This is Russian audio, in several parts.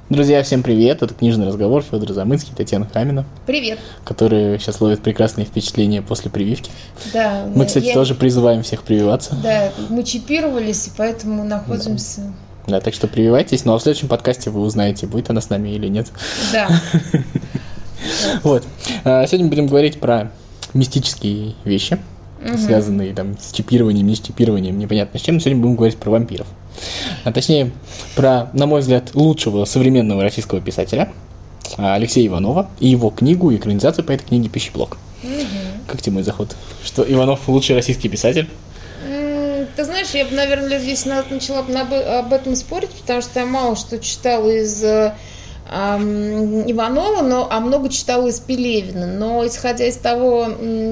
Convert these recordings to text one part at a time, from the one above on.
Друзья, всем привет! Это «Книжный разговор», Федор Замыцкий, Татьяна Хамина. Привет! Которые сейчас ловят прекрасные впечатления после прививки. Да. Мы, кстати, тоже призываем всех прививаться. Да, мы чипировались, и поэтому находимся... Да, так что прививайтесь, ну а в следующем подкасте вы узнаете, будет она с нами или нет. Да. Вот. Сегодня будем говорить про мистические вещи, связанные там с чипированием, не с чипированием, непонятно с чем. Но сегодня будем говорить про вампиров. А точнее, про, на мой взгляд, лучшего современного российского писателя Алексея Иванова и его книгу и экранизацию по этой книге «Пищеблок». Как тебе мой заход? Что Иванов лучший российский писатель? Ты знаешь, я бы, наверное, здесь начала об этом спорить, потому что я мало что читала из Иванова, а много читала из Пелевина. Но исходя из того,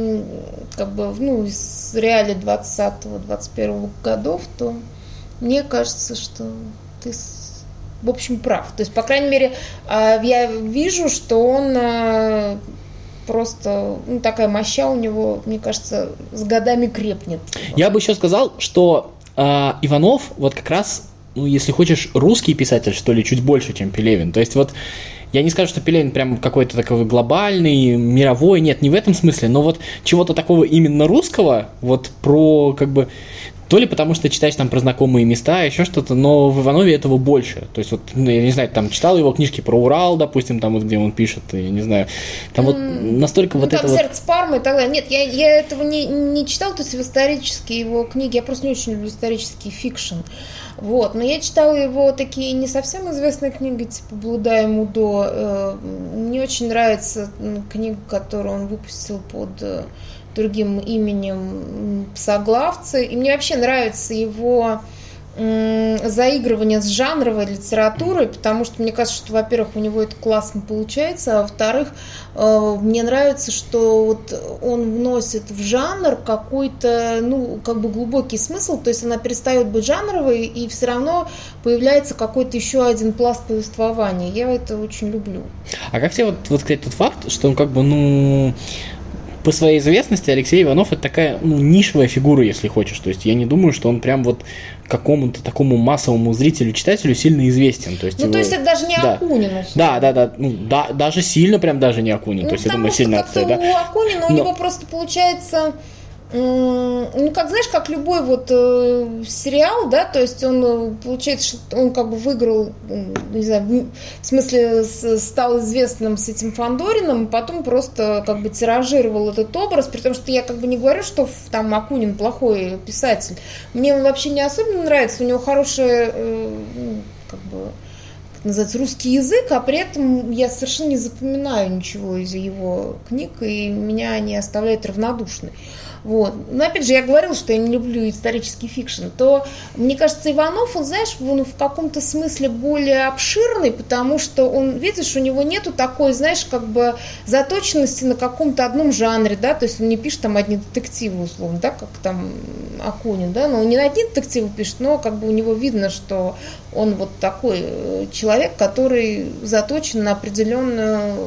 из реалий 20-21 годов, то мне кажется, что ты, в общем, прав. То есть, по крайней мере, я вижу, что он просто, такая моща у него, мне кажется, с годами крепнет. Я бы еще сказал, что Иванов вот как раз, если хочешь, русский писатель, что ли, чуть больше, чем Пелевин. То есть вот я не скажу, что Пелевин прям какой-то такой глобальный, мировой, нет, не в этом смысле, но вот чего-то такого именно русского, вот про то ли потому, что читаешь там про знакомые места, еще что-то, но в Иванове этого больше. То есть, вот, я не знаю, там читал его книжки про Урал, допустим, там вот где он пишет, я не знаю, там вот настолько вот это вот... «Сердце Пармы» и так далее. Нет, я этого не читал, то есть в исторические его книги, я просто не очень люблю исторический фикшн. Вот, но я читала его такие не совсем известные книги, типа «Блуда и Мудо». Мне очень нравится книга, которую он выпустил под другим именем «Псоглавцы». И мне вообще нравится его заигрывание с жанровой литературой, потому что мне кажется, что, во-первых, у него это классно получается, а во-вторых, мне нравится, что вот он вносит в жанр какой-то, глубокий смысл, то есть она перестает быть жанровой, и все равно появляется какой-то еще один пласт повествования. Я это очень люблю. А как тебе вот сказать тот факт, что он по своей известности Алексей Иванов это такая нишевая фигура, если хочешь. То есть я не думаю, что он прям вот какому-то такому массовому зрителю, читателю сильно известен. То есть, то есть это даже не Акунин. Да, даже сильно, прям даже не Акунин. То есть, я думаю, сильно отстой, да. У Акунина у него просто получается... знаешь, как любой вот сериал, да, то есть он, получается, что он выиграл, не знаю, в смысле стал известным с этим Фандориным, и потом просто тиражировал этот образ, при том, что я не говорю, что там Акунин плохой писатель. Мне он вообще не особенно нравится, у него хороший, называется, русский язык, а при этом я совершенно не запоминаю ничего из его книг, и меня они оставляют равнодушной. Вот. Но опять же, я говорила, что я не люблю исторический фикшн, то, мне кажется, Иванов, он, знаешь, он в каком-то смысле более обширный, потому что он, видишь, у него нету такой, знаешь, заточенности на каком-то одном жанре, да, то есть он не пишет там одни детективы, условно, да, как там Акунин, да, но он не на одни детективы пишет, но у него видно, что он вот такой человек, который заточен на определенную,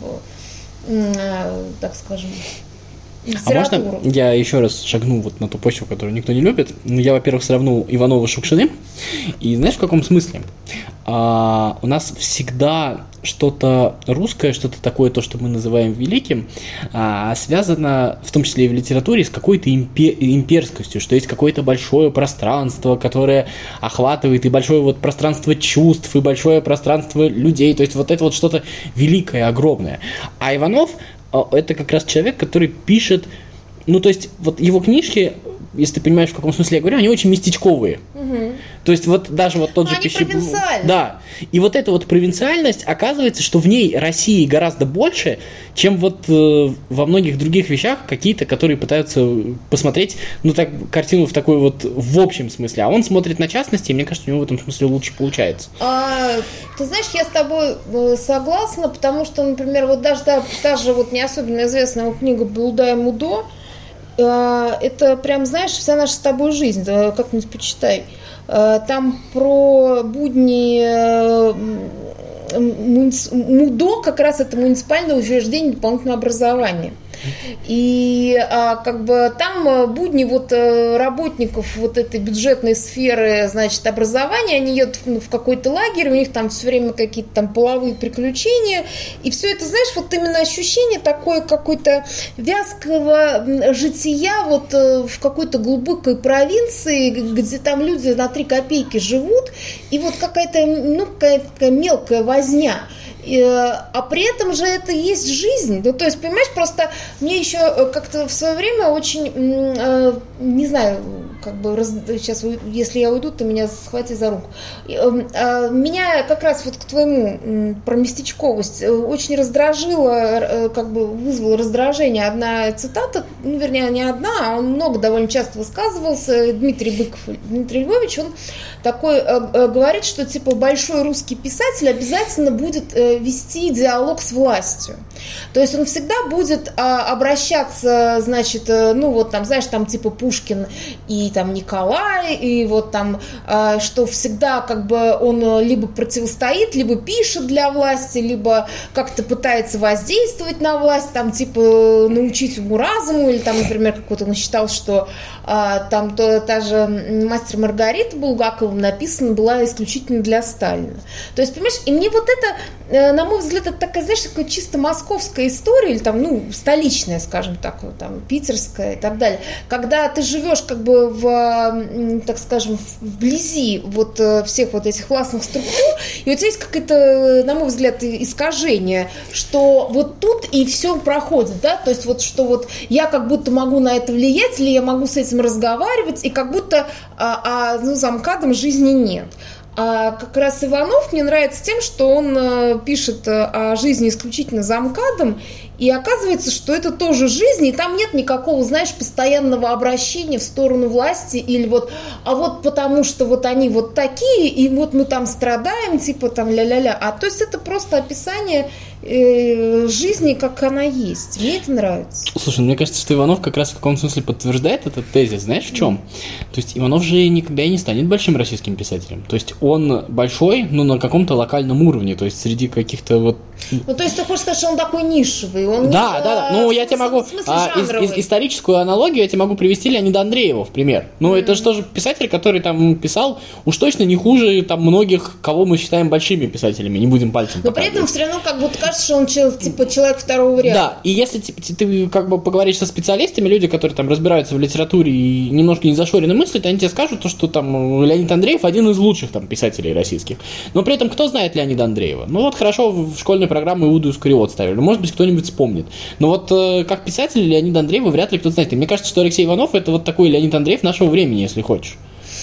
так скажем, литературу. А можно я еще раз шагну вот на ту почву, которую никто не любит? Я, во-первых, сравну Иванова с Шукшиным. И знаешь, в каком смысле? У нас всегда что-то русское, что-то такое, то, что мы называем великим, связано, в том числе и в литературе, с какой-то имперскостью, что есть какое-то большое пространство, которое охватывает и большое вот пространство чувств, и большое пространство людей, то есть вот это вот что-то великое, огромное. А Иванов это как раз человек, который пишет, то есть вот его книжки, если ты понимаешь, в каком смысле я говорю, они очень местечковые. То есть вот даже вот тот же Пищеблок. Да. И вот эта вот провинциальность, оказывается, что в ней России гораздо больше, чем вот во многих других вещах какие-то, которые пытаются посмотреть, картину в такой вот в общем смысле. А он смотрит на частности, и мне кажется, у него в этом смысле лучше получается. Ты знаешь, я с тобой согласна, потому что, например, вот даже та же вот не особенно известная книга «Блуда и Мудо», это прям, знаешь, вся наша с тобой жизнь, как-нибудь почитай. Там про будни МУДО, как раз это муниципальное учреждение дополнительного образования. И как бы там будни вот работников вот этой бюджетной сферы, значит, образования, они едут в какой-то лагерь, у них там все время какие-то там половые приключения, и все это, знаешь, вот именно ощущение такое какой-то вязкого жития вот в какой-то глубокой провинции, где там люди на 3 копейки живут, и вот какая-то, ну, какая-то мелкая возня. А при этом же это есть жизнь. Ну, то есть, понимаешь, просто мне еще как-то в свое время очень, не знаю, как бы сейчас, если я уйду, ты меня схвати за руку. Меня как раз вот к твоему про местечковость очень раздражило, как бы вызвала раздражение одна цитата, ну, вернее, не одна, а он много довольно часто высказывался, Дмитрий Быков, Дмитрий Львович, он такой говорит, что типа большой русский писатель обязательно будет вести диалог с властью. То есть он всегда будет обращаться, значит, ну вот там, знаешь, там типа Пушкин и там Николай, и вот там, что всегда как бы он либо противостоит, либо пишет для власти, либо как-то пытается воздействовать на власть, там типа научить уму-разуму, или там, например, какой-то он считал, что там та же «Мастер Маргарита» Булгаковым написана была исключительно для Сталина. То есть, понимаешь, и мне вот это, на мой взгляд, это такая, знаешь, такая чисто московская история, или там, ну, столичная, скажем так, вот, там, питерская и так далее, когда ты живешь как бы в, так скажем, вблизи вот всех вот этих властных структур, и у тебя есть какое-то, на мой взгляд, искажение, что вот тут и все проходит, да, то есть вот, что вот я как будто могу на это влиять, или я могу с этим разговаривать, и как будто ну, за МКАДом жизни нет. А как раз Иванов мне нравится тем, что он пишет о жизни исключительно за МКАДом, и оказывается, что это тоже жизнь, и там нет никакого, знаешь, постоянного обращения в сторону власти, или вот, а вот потому что вот они вот такие, и вот мы там страдаем, типа там ля-ля-ля. А то есть это просто описание жизни, как она есть. Мне это нравится. Слушай, мне кажется, что Иванов как раз в каком смысле подтверждает этот тезис. Знаешь, в чем? То есть Иванов же никогда и не станет большим российским писателем. То есть он большой, но на каком-то локальном уровне. То есть среди каких-то вот... Ну, то есть ты хочешь сказать, что он такой нишевый? Он да. Ну, я тебе могу... историческую аналогию я тебе могу привести Леонида Андреева в пример. Ну, это же тоже писатель, который там писал уж точно не хуже там многих, кого мы считаем большими писателями. Не будем пальцем показывать. Но при этом все равно как будто кажется, что он типа человек второго ряда. Да, и если ты как бы поговоришь со специалистами, люди, которые там разбираются в литературе и немножко не зашоренно мыслят, они тебе скажут, что там Леонид Андреев один из лучших там писателей российских. Но при этом кто знает Леонида Андреева? Ну вот хорошо, в школьной программе Иуду Искариот ставили, может быть, кто-нибудь вспомнит. Но вот как писатель Леонида Андреева вряд ли кто-то знает. И мне кажется, что Алексей Иванов это вот такой Леонид Андреев нашего времени, если хочешь.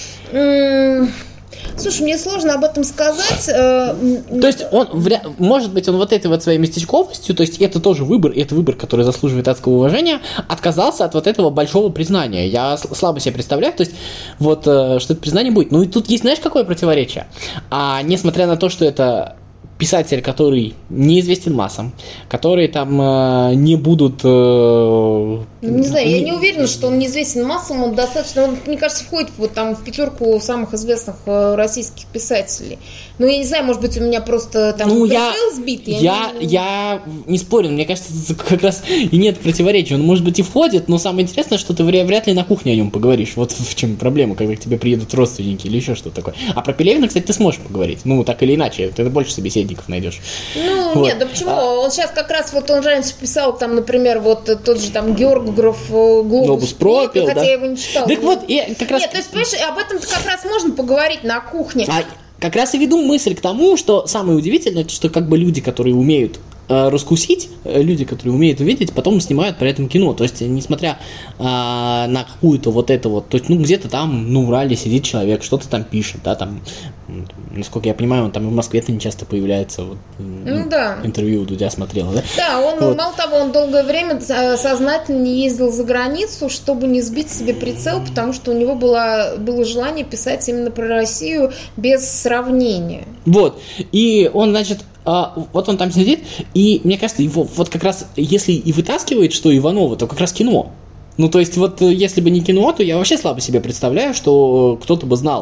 Слушай, мне сложно об этом сказать. То есть он, может быть, он вот этой вот своей местечковостью, то есть это тоже выбор, и это выбор, который заслуживает адского уважения, отказался от вот этого большого признания. Я слабо себе представляю, то есть вот, что это признание будет. Ну и тут есть, знаешь, какое противоречие? А несмотря на то, что это писатель, который неизвестен массам, которые там не будут... Не знаю, я не уверена, что он неизвестен массам, он достаточно, он, мне кажется, входит вот там в пятерку самых известных российских писателей. Ну, я не знаю, может быть, у меня просто там прицел сбит. Я не спорю, мне кажется, как раз и нет противоречия. Он, может быть, и входит, но самое интересное, что ты вряд ли на кухне о нем поговоришь. Вот в чем проблема, когда к тебе приедут родственники или еще что-то такое. А про Пелевина, кстати, ты сможешь поговорить. Ну, так или иначе, ты больше собеседников найдешь. Ну, вот. Нет, да почему? Он сейчас как раз вот он раньше писал там, например, вот тот же там Георгов Глобус пропил, хотя я его не читала. Так вот, как раз... Нет, то есть, понимаешь, об этом-то как раз можно поговорить на кухне. Как раз и веду мысль к тому, что самое удивительное, что как бы люди, которые умеют раскусить, люди, которые умеют увидеть, потом снимают при этом кино. То есть, несмотря на какую-то вот это вот, то есть, ну, где-то там, ну, в Урале сидит человек, что-то там пишет, да, там, насколько я понимаю, он там и в Москве-то не часто появляется. Вот, да. Интервью у Дудя смотрела, да? Да, он, вот. Мало того, он долгое время сознательно не ездил за границу, чтобы не сбить себе прицел, потому что у него было желание писать именно про Россию без сравнения. Вот, и он, значит, вот он там сидит, и мне кажется, его вот как раз, если и вытаскивает, что Иванова, то как раз кино. Ну, то есть, вот если бы не кино, то я вообще слабо себе представляю, что кто-то бы знал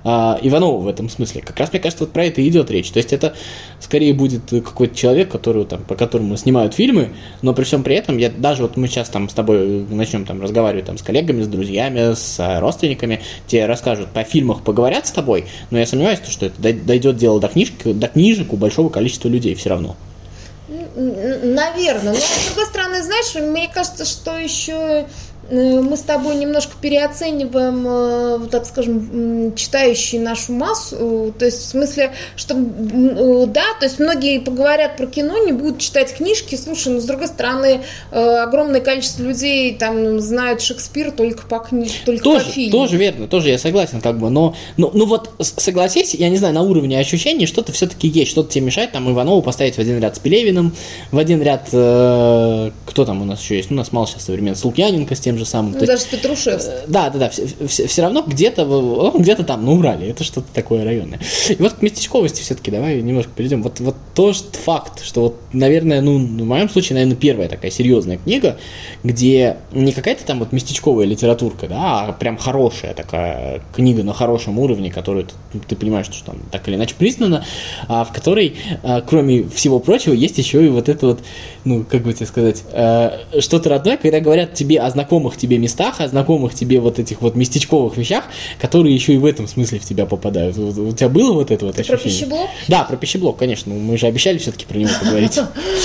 Иванова в этом смысле. Как раз, мне кажется, вот про это и идет речь. То есть это скорее будет какой-то человек, который, там, по которому снимают фильмы, но при всем при этом, даже вот мы сейчас там с тобой начнем там разговаривать там, с коллегами, с друзьями, с родственниками, тебе расскажут по фильмах, поговорят с тобой, но я сомневаюсь, что это дойдет дело до книжек у большого количества людей все равно. Наверное. Но, с другой стороны, знаешь, мне кажется, что еще мы с тобой немножко переоцениваем, так скажем, читающие нашу массу. То есть, в смысле, что, да, то есть многие поговорят про кино, не будут читать книжки. Слушай, но с другой стороны, огромное количество людей там знают Шекспира только по книжке, только по фильму. Тоже верно, тоже я согласен, как бы, но вот согласись, я не знаю, на уровне ощущений что-то все-таки есть, что-то тебе мешает, там Иванову поставить в один ряд с Пелевиным, в один ряд, кто там у нас еще есть, у нас мало сейчас современных, с Лукьяненко, с тем же самым. Даже с Петрушевским. Да, все равно где-то там, на Урале, это что-то такое районное. И вот к местечковости все-таки давай немножко перейдем. Вот тот факт, что вот, наверное, в моем случае, наверное, первая такая серьезная книга, где не какая-то там вот местечковая литературка, да, а прям хорошая такая книга на хорошем уровне, которую ты понимаешь, что там так или иначе признана, в которой, кроме всего прочего, есть еще и вот это вот, как бы тебе сказать, что-то родное, когда говорят тебе о знакомых тебе местах, о знакомых тебе вот этих вот местечковых вещах, которые еще и в этом смысле в тебя попадают. У тебя было вот это вот ощущение? Про пищеблок? Да, про пищеблок, конечно. Мы же обещали все-таки про него поговорить.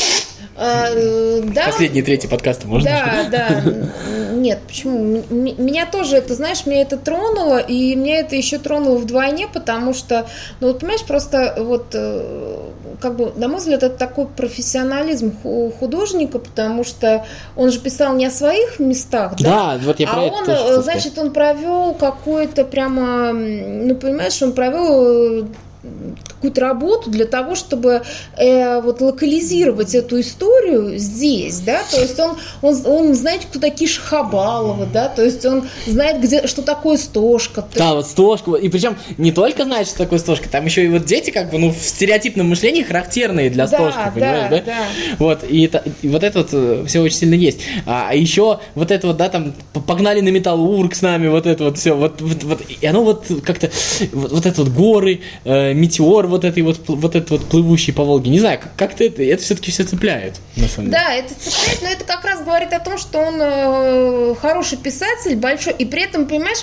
Да. Последний, третий подкаст можно? Да. Нет, почему? Меня тоже это, знаешь, меня это тронуло, и меня это еще тронуло вдвойне, потому что, вот понимаешь, просто вот, как бы, на мой взгляд, это такой профессионализм художника, потому что он же писал не о своих местах, да? Да, вот я про это тоже хотел сказать. Значит, он провел какое-то прямо, понимаешь, он провел какую-то работу для того, чтобы вот локализировать эту историю здесь, да, то есть он знает, кто такие Шахабаловы, да, то есть он знает, что такое Стошка. Да, вот Стошка, и причем не только знает, что такое Стошка, там еще и вот дети как бы, в стереотипном мышлении характерные для Стошки, понимаешь, да? Вот, и вот это вот все очень сильно есть. А еще вот это вот, да, там, погнали на Металлург с нами, вот это вот все, вот и оно вот как-то, вот это вот горы, метеор вот этот вот плывущий по Волге. Не знаю, как-то это все-таки все цепляет, на самом деле. Да, это цепляет, но это как раз говорит о том, что он хороший писатель, большой, и при этом, понимаешь,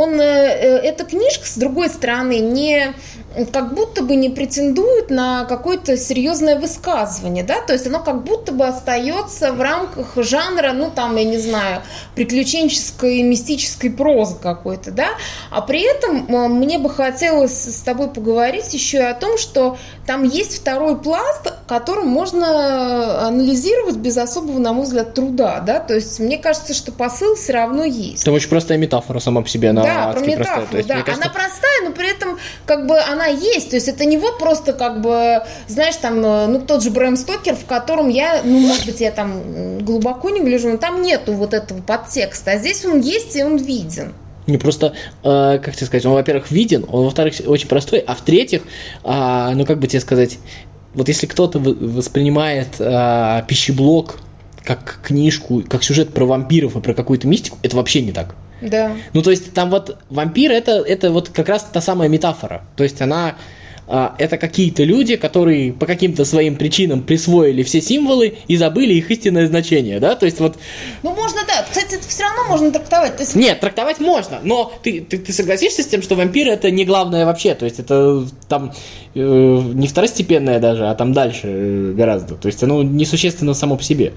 эта книжка, с другой стороны, не как будто бы не претендует на какое-то серьезное высказывание, да, то есть оно как будто бы остается в рамках жанра, я не знаю, приключенческой, мистической прозы какой-то, да, а при этом мне бы хотелось с тобой поговорить еще и о том, что там есть второй пласт, которым можно анализировать без особого, на мой взгляд, труда, да, то есть мне кажется, что посыл все равно есть. Это очень простая метафора сама по себе, она да, адски про метафору, простая. То есть, да, кажется... она простая, но при этом как бы она есть, то есть это не вот просто как бы, знаешь, там, тот же Брэм Стокер, в котором я, может быть, я там глубоко не гляжу, но там нету вот этого подтекста, а здесь он есть и он виден. Не просто, как тебе сказать, он, во-первых, виден, он, во-вторых, очень простой, а в-третьих, как бы тебе сказать, вот если кто-то воспринимает пищеблок как книжку, как сюжет про вампиров и про какую-то мистику, это вообще не так. Да. То есть там вот вампир это вот как раз та самая метафора. То есть она это какие-то люди, которые по каким-то своим причинам присвоили все символы и забыли их истинное значение, да? То есть вот... можно, да. Кстати, это все равно можно трактовать. То есть... Нет, трактовать можно, но ты согласишься с тем, что вампир это не главное вообще, то есть это там не второстепенное даже, а там дальше гораздо. То есть оно несущественно само по себе.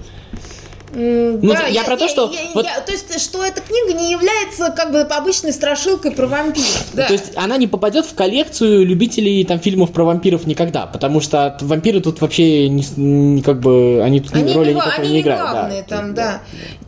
Я про то, что... То есть, что эта книга не является как бы обычной страшилкой про вампиров. Да. То есть, она не попадет в коллекцию любителей там фильмов про вампиров никогда, потому что вампиры тут вообще как бы они тут роли никакой не играют. Главные, да.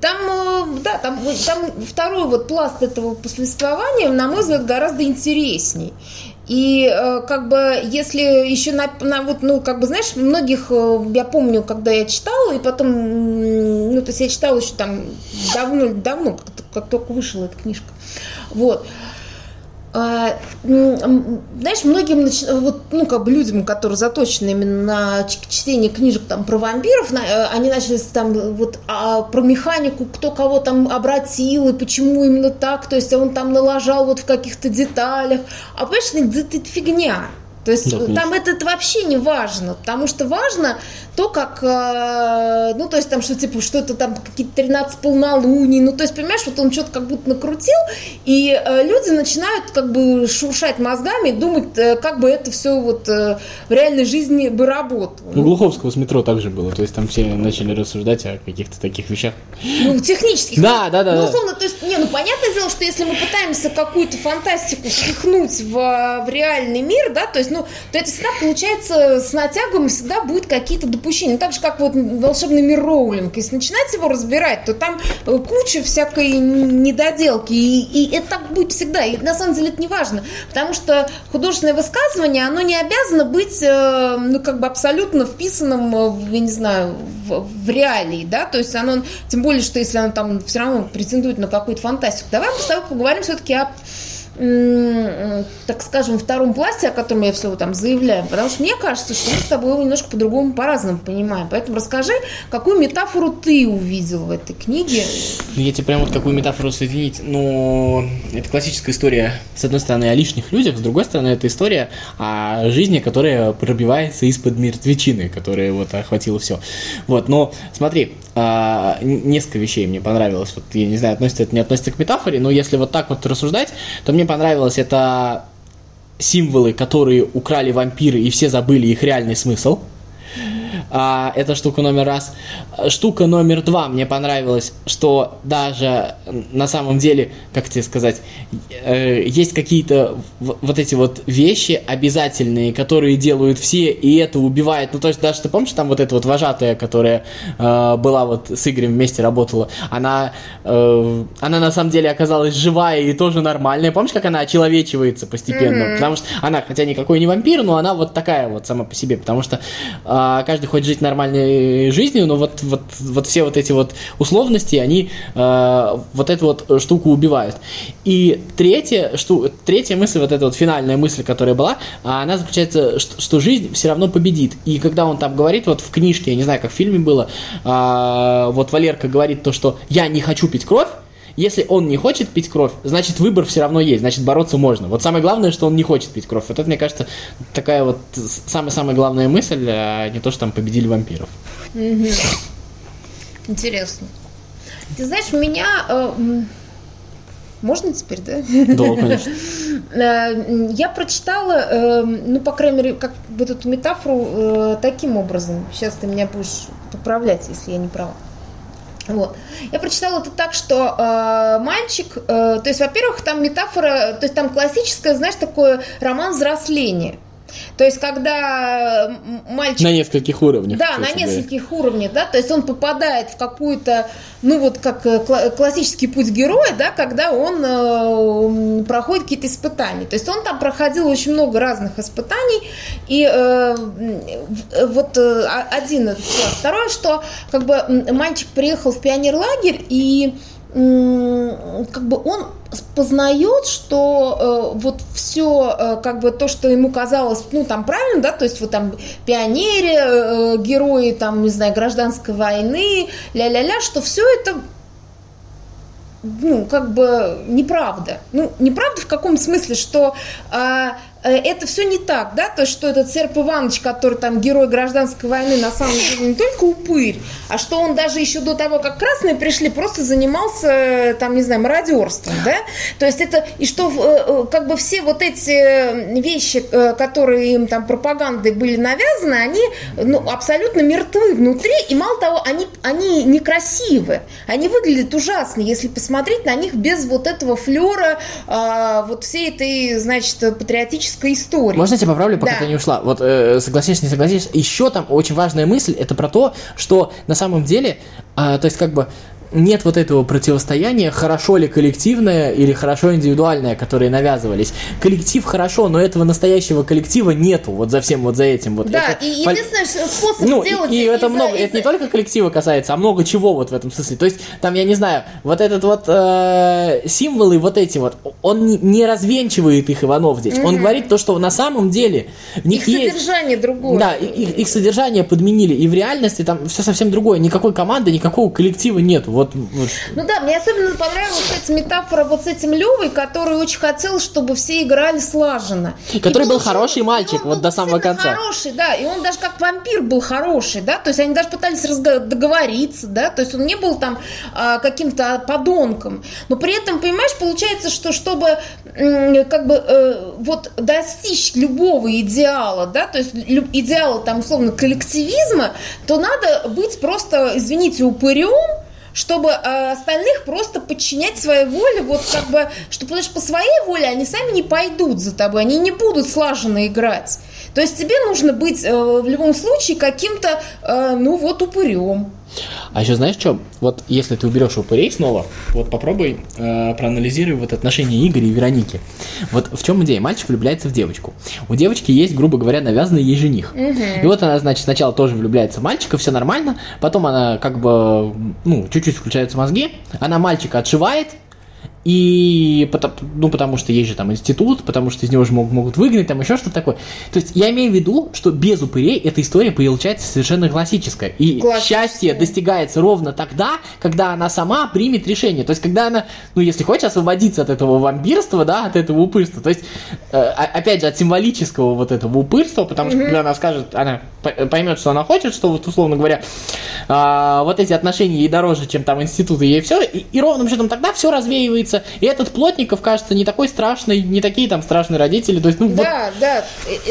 Там второй вот пласт этого повествования, на мой взгляд, гораздо интересней. И как бы если еще знаешь, многих, я помню, когда я читала, и потом, то есть я читала еще там давно, как только вышла эта книжка, вот. знаешь, многим людям, которые заточены именно на чтение книжек там, про вампиров, они начали там про механику, кто кого там обратил и почему именно так, то есть он там налажал вот в каких-то деталях. А понимаешь, это фигня. То есть там это вообще не важно, потому что важно то, как, то есть там что это там какие-то 13 полнолуний, то есть, понимаешь, вот он что-то как будто накрутил, и люди начинают как бы шуршать мозгами и думать, как бы это все вот в реальной жизни бы работало. У Глуховского с метро также было, то есть там все начали рассуждать о каких-то таких вещах. Технических. Да. Условно, то есть, понятное дело, что если мы пытаемся какую-то фантастику впихнуть в реальный мир, да, то есть, то это всегда получается с натягом, всегда будет какие-то допущения. Так же, как вот волшебный мир Роулинг. Если начинать его разбирать, то там куча всякой недоделки. И это так будет всегда. И на самом деле это не важно. Потому что художественное высказывание, оно не обязано быть абсолютно вписанным, я не знаю, в реалии. Да? То есть оно, тем более, что если оно там все равно претендует на какую-то фантастику. Давай мы с тобой поговорим все-таки о, так скажем, втором пласте, о котором я все там заявляю, потому что мне кажется, что мы с тобой его немножко по-другому, по-разному понимаем. Поэтому расскажи, какую метафору ты увидел в этой книге? Я тебе прям вот какую метафору соединить. Это классическая история, с одной стороны, о лишних людях, с другой стороны, это история о жизни, которая пробивается из-под мертвечины, которая вот охватила все. Но смотри, несколько вещей мне понравилось. Вот, я не знаю, относится это, не относится к метафоре, но если вот так вот рассуждать, то мне понравилось это символы, которые украли вампиры, и все забыли их реальный смысл. Это штука номер раз. Штука номер два, мне понравилось, что даже на самом деле, как тебе сказать, есть какие-то вот эти вот вещи обязательные, которые делают все, и это убивает. То есть даже ты помнишь, там вот эта вот вожатая, которая была вот с Игорем вместе работала, она на самом деле оказалась живая и тоже нормальная. Помнишь, как она очеловечивается постепенно? Mm-hmm. Потому что она, хотя никакой не вампир, но она вот такая вот сама по себе, потому что каждый хочет жить нормальной жизнью, но вот все вот эти вот условности, они вот эту вот штуку убивают. И третья мысль, вот эта вот финальная мысль, которая была, она заключается, что жизнь все равно победит. И когда он там говорит, вот в книжке, я не знаю, как в фильме было, вот Валерка говорит то, что «я не хочу пить кровь», если он не хочет пить кровь, значит выбор все равно есть, значит бороться можно. Вот самое главное, что он не хочет пить кровь. Вот это, мне кажется, такая вот самая-самая главная мысль, а не то, что там победили вампиров. Интересно. Ты знаешь, у меня... Можно теперь, да? Да, конечно. Я прочитала, по крайней мере, как бы эту метафору таким образом. Сейчас ты меня будешь поправлять, если я не права. Вот. Я прочитала это так, что мальчик, то есть, во-первых, там метафора, то есть там классическое, знаешь, такое роман взросления. То есть, когда мальчик... На нескольких уровнях. Да, на нескольких уровнях, да, то есть он попадает в какую-то, как классический путь героя, да, когда он проходит какие-то испытания. То есть он там проходил очень много разных испытаний, и один это класс. Второе, что как бы мальчик приехал в пионерлагерь, и как бы он познает, что вот все, как бы то, что ему казалось, там правильно, да, то есть вот там пионеры, герои, там, не знаю, гражданской войны, ля-ля-ля, что все это, как бы неправда. Неправда в каком смысле, что это все не так, да, то есть, что этот Серп Иванович, который там герой гражданской войны, на самом деле не только упырь, а что он даже еще до того, как красные пришли, просто занимался, там, не знаю, мародерством, да, то есть это, и что, как бы все вот эти вещи, которые им там пропагандой были навязаны, они, абсолютно мертвы внутри, и мало того, они некрасивы, они выглядят ужасно, если посмотреть на них без вот этого флера, вот всей этой, значит, патриотической истории. Можно я тебя поправлю, пока ты не ушла? Вот согласишься, не согласишься. Еще там очень важная мысль, это про то, что на самом деле, то есть как бы нет вот этого противостояния, хорошо ли коллективное или хорошо индивидуальное, которые навязывались. Коллектив хорошо, но этого настоящего коллектива нету, вот за всем вот за этим. Вот. Да, это, и единственный способ сделать... И это много, это не только коллектива касается, а много чего вот в этом смысле. То есть, там, я не знаю, вот этот вот символы, вот эти вот, он не развенчивает их, Иванов, здесь. Он говорит то, что на самом деле в них их содержание другое. Да, их содержание подменили, и в реальности там все совсем другое. Никакой команды, никакого коллектива нет. Вот. Ну да, мне особенно понравилась эта метафора вот с этим Левой, который очень хотел, чтобы все играли слаженно. Который был хороший мальчик, вот до самого конца. Хороший, да, и он даже как вампир был хороший, да, то есть они даже пытались договориться, да, то есть он не был там каким-то подонком, но при этом, понимаешь, получается, что чтобы как бы вот достичь любого идеала, да, то есть идеала там условно коллективизма, то надо быть просто, извините, упырем, чтобы остальных просто подчинять своей воле, вот как бы, что, потому что по своей воле они сами не пойдут за тобой, они не будут слаженно играть. То есть тебе нужно быть в любом случае каким-то, ну вот, упырем. А еще знаешь что? Вот если ты уберешь упырей снова, вот попробуй проанализируй вот отношения Игоря и Вероники. Вот в чем идея? Мальчик влюбляется в девочку. У девочки есть, грубо говоря, навязанный ей жених. И вот она, значит, сначала тоже влюбляется в мальчика, все нормально, потом она как бы, ну, чуть-чуть включаются мозги, она мальчика отшивает, и потому что есть же там институт, потому что из него же могут выгнать, там еще что-то такое. То есть я имею в виду, что без упырей эта история получается совершенно классическая. И счастье достигается ровно тогда, когда она сама примет решение. То есть когда она, ну если хочешь, освободиться от этого вампирства, да, от этого упырства. То есть, опять же, от символического вот этого упырства, потому что когда она скажет, она поймет, что она хочет, что вот условно говоря, вот эти отношения ей дороже, чем там институт, и ей все, и ровным счетом тогда все развеивается. И этот Плотников кажется не такой страшный, не такие там страшные родители. То есть, ну, да, вот... да,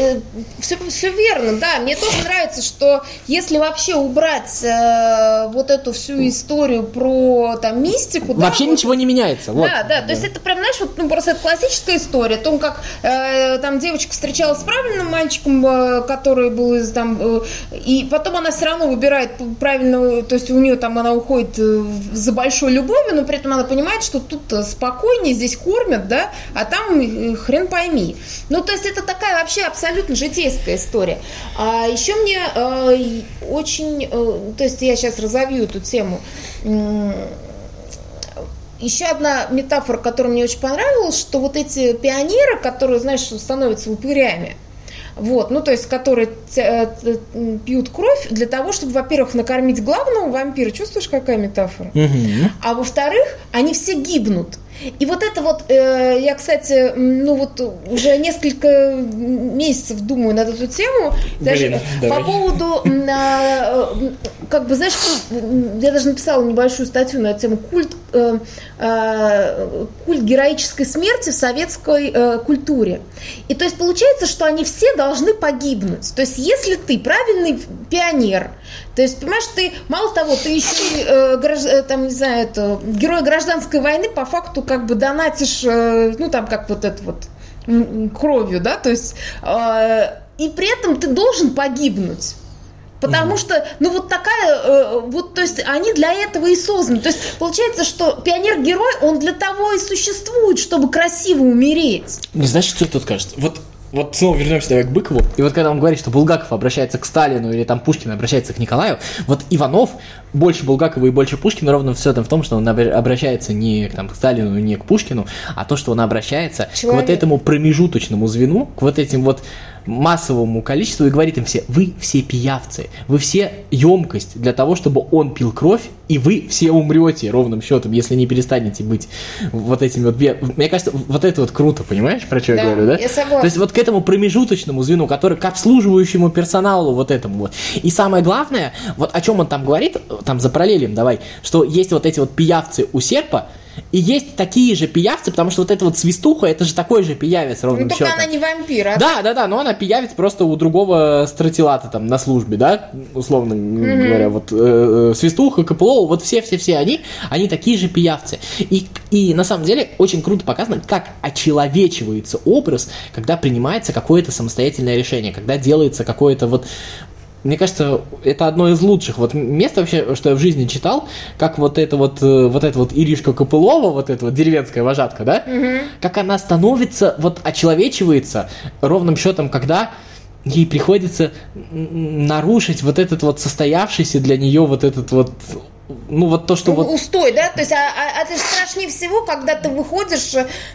все верно, да. Мне тоже нравится, что если вообще убрать вот эту всю историю про там мистику, вообще да, ничего не меняется. Вот. Да, то есть это прям, знаешь, вот, ну, просто это классическая история о том, как там девочка встречалась с правильным мальчиком, который был из там, и потом она все равно выбирает правильного, то есть у нее там она уходит за большой любовью, но при этом она понимает, что тут спокойнее, здесь кормят, да, а там хрен пойми. Ну, то есть это такая вообще абсолютно житейская история. А еще мне очень, то есть я сейчас разовью эту тему. Еще одна метафора, которая мне очень понравилась, что вот эти пионеры, которые, знаешь, становятся упырями, вот, ну, то есть, которые пьют кровь для того, чтобы, во-первых, накормить главного вампира. Чувствуешь, какая метафора? А во-вторых, они все гибнут. И вот это вот, я, кстати, ну вот уже несколько месяцев думаю над эту тему, даже по поводу, как бы, знаешь, я даже написала небольшую статью на эту тему, культ героической смерти в советской культуре. И то есть получается, что они все должны погибнуть. То есть если ты правильный пионер, то есть, понимаешь, ты, мало того, ты еще там, не знаю, герой гражданской войны, по факту как бы донатишь, ну, там, как вот это вот, кровью, да, то есть, и при этом ты должен погибнуть. Потому что, ну, вот такая, вот, то есть, они для этого и созданы. То есть, получается, что пионер-герой, он для того и существует, чтобы красиво умереть. Не знаешь, что тут кажется? Вот снова вернемся давай к Быкову. И вот когда он говорит, что Булгаков обращается к Сталину или там Пушкин обращается к Николаю, вот Иванов больше Булгакова и больше Пушкина ровно все там в том, что он обращается не там, к Сталину, не к Пушкину, а то, что он обращается к вот этому промежуточному звену, к вот этим вот массовому количеству и говорит им все: вы все пиявцы, вы все емкость для того, чтобы он пил кровь, и вы все умрете ровным счетом, если не перестанете быть вот этими вот... Мне кажется, вот это вот круто, понимаешь, про что я говорю, да? Я согласна. То есть вот к этому промежуточному звену, который к обслуживающему персоналу вот этому вот. И самое главное, вот о чем он там говорит, там за параллелем давай, что есть вот эти вот пиявцы у серпа, и есть такие же пиявцы, потому что вот эта вот свистуха, это же такой же пиявец ровным счетом. Ну, только она не вампир, а? Да, но она пиявец просто у другого стратилата там на службе, да, условно говоря, вот свистуха, КПЛО, вот все они такие же пиявцы. И на самом деле очень круто показано, как очеловечивается образ, когда принимается какое-то самостоятельное решение, когда делается какое-то вот мне кажется, это одно из лучших вот мест вообще, что я в жизни читал, как вот эта вот Иришка Копылова, вот эта вот деревенская вожатка, да, как она становится, вот очеловечивается ровным счетом, когда ей приходится нарушить вот этот вот состоявшийся для нее вот этот вот, ну вот то, что вот... Устой, да? То есть, это же страшнее всего, когда ты выходишь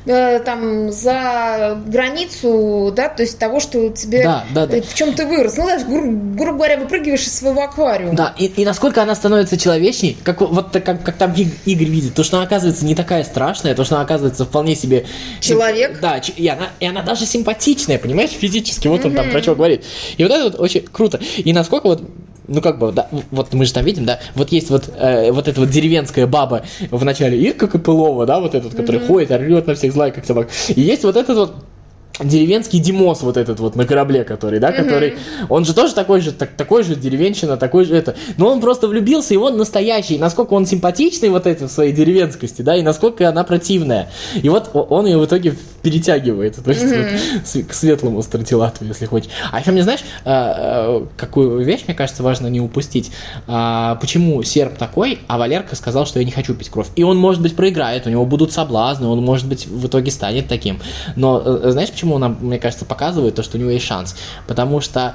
там за границу, да, то есть того, что тебе... Да. В чем ты вырос. Ну, даже, грубо говоря, выпрыгиваешь из своего аквариума. Да, и насколько она становится человечней, как там Игорь видит, то, что она оказывается не такая страшная, то, что она оказывается вполне себе... Человек. Да, и она даже симпатичная, понимаешь, физически, вот он там про что говорит. И вот это вот очень круто. И насколько вот... Ну, как бы, да, вот мы же там видим, да, вот есть вот эта вот деревенская баба в начале Ирка Копылова, да, вот этот, который ходит, орёт на всех, злая как собак. И есть вот этот вот деревенский Димос вот этот вот на корабле, который, да, который, он же тоже такой же деревенщина, такой же это, но он просто влюбился, и он настоящий, насколько он симпатичный вот этой в своей деревенскости, да, и насколько она противная, и вот он ее в итоге перетягивает, то есть вот, к светлому стратилату, если хочешь. А еще мне, знаешь, какую вещь, мне кажется, важно не упустить, почему серб такой, а Валерка сказал, что я не хочу пить кровь, и он, может быть, проиграет, у него будут соблазны, он, может быть, в итоге станет таким, но, знаешь, почему она, мне кажется, показывает то, что у него есть шанс? Потому что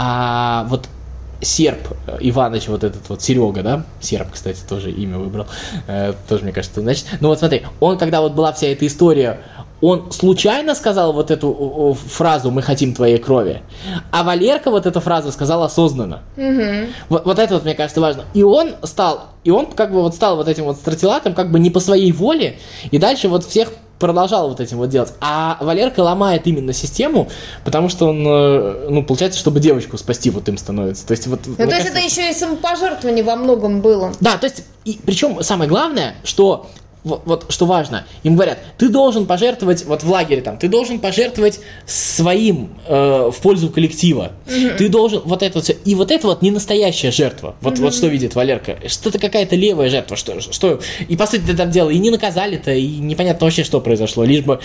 вот серб Иваныч, вот этот вот Серега, да? Серб, кстати, тоже имя выбрал. Тоже, мне кажется, значит. Ну вот смотри, он, когда вот была вся эта история, он случайно сказал вот эту фразу «мы хотим твоей крови», а Валерка вот эту фразу сказал осознанно. Вот это вот, мне кажется, важно. И он как бы вот стал вот этим вот стратилатом как бы не по своей воле, и дальше вот всех продолжал вот этим вот делать. А Валерка ломает именно систему, потому что он, ну, получается, чтобы девочку спасти, вот им становится. То есть, вот, то есть это еще и самопожертвование во многом было. Да, то есть, причем самое главное, что вот что важно, им говорят, ты должен пожертвовать, вот в лагере там, ты должен пожертвовать своим в пользу коллектива. Ты должен вот это вот все. И вот это вот не настоящая жертва. Вот что видит Валерка. Что-то какая-то левая жертва. Что... И по сути ты там делал, и не наказали-то, и непонятно вообще, что произошло. Лишь бы